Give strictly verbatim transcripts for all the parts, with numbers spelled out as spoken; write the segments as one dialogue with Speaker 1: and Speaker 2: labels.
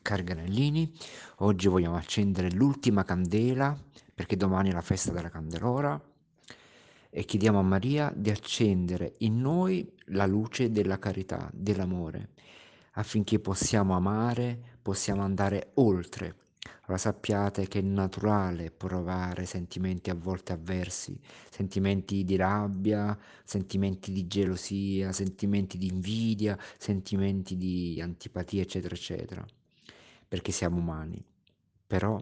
Speaker 1: Cari granellini, oggi vogliamo accendere l'ultima candela, perché domani è la festa della Candelora, e chiediamo a Maria di accendere in noi la luce della carità, dell'amore, affinché possiamo amare, possiamo andare oltre. Allora sappiate che è naturale provare sentimenti a volte avversi, sentimenti di rabbia, sentimenti di gelosia, sentimenti di invidia, sentimenti di antipatia, eccetera, eccetera, perché siamo umani. Però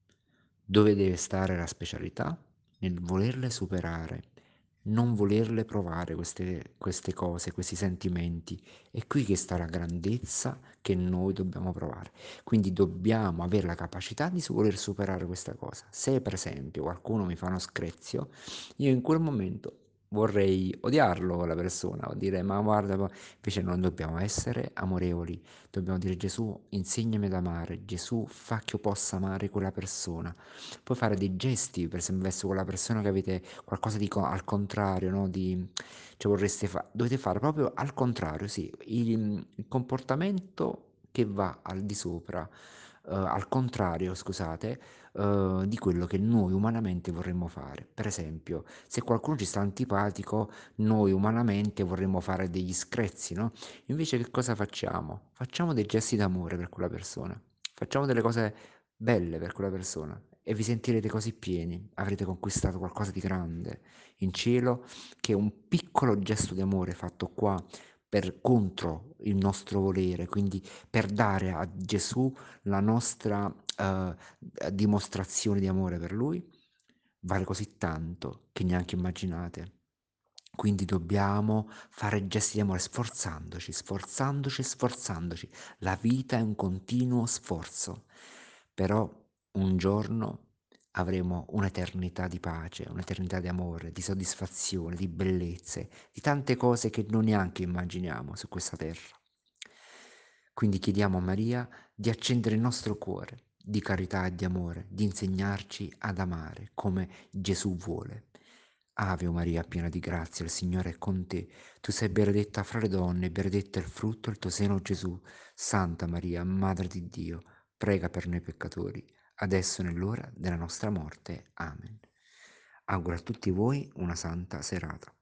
Speaker 1: dove deve stare la specialità? Nel volerle superare, non volerle provare queste, queste cose, questi sentimenti. È qui che sta la grandezza che noi dobbiamo provare. Quindi dobbiamo avere la capacità di su- voler superare questa cosa. Se per esempio qualcuno mi fa uno screzio, io in quel momento vorrei odiarlo quella persona, o dire ma guarda, ma-" invece non dobbiamo essere amorevoli, dobbiamo dire Gesù insegnami ad amare, Gesù fa che io possa amare quella persona. Puoi fare dei gesti, per esempio verso quella persona che avete qualcosa di co- al contrario, no? Di, cioè vorreste fa- dovete fare proprio al contrario, sì, il, il comportamento che va al di sopra, eh, al contrario, scusate, eh, di quello che noi umanamente vorremmo fare. Per esempio, se qualcuno ci sta antipatico, noi umanamente vorremmo fare degli screzi, no? Invece che cosa facciamo? Facciamo dei gesti d'amore per quella persona, facciamo delle cose belle per quella persona e vi sentirete così pieni, avrete conquistato qualcosa di grande in cielo, che è un piccolo gesto di amore fatto qua per contro il nostro volere, quindi per dare a Gesù la nostra eh, dimostrazione di amore per lui, vale così tanto che neanche immaginate. Quindi dobbiamo fare gesti di amore sforzandoci, sforzandoci, sforzandoci. La vita è un continuo sforzo, però un giorno avremo un'eternità di pace, un'eternità di amore, di soddisfazione, di bellezze, di tante cose che non neanche immaginiamo su questa terra. Quindi chiediamo a Maria di accendere il nostro cuore di carità e di amore, di insegnarci ad amare come Gesù vuole. Ave Maria, piena di grazia, il Signore è con te. Tu sei benedetta fra le donne, e benedetto è il frutto del tuo seno, Gesù. Santa Maria, Madre di Dio, prega per noi peccatori, adesso e nell'ora della nostra morte. Amen. Auguro a tutti voi una santa serata.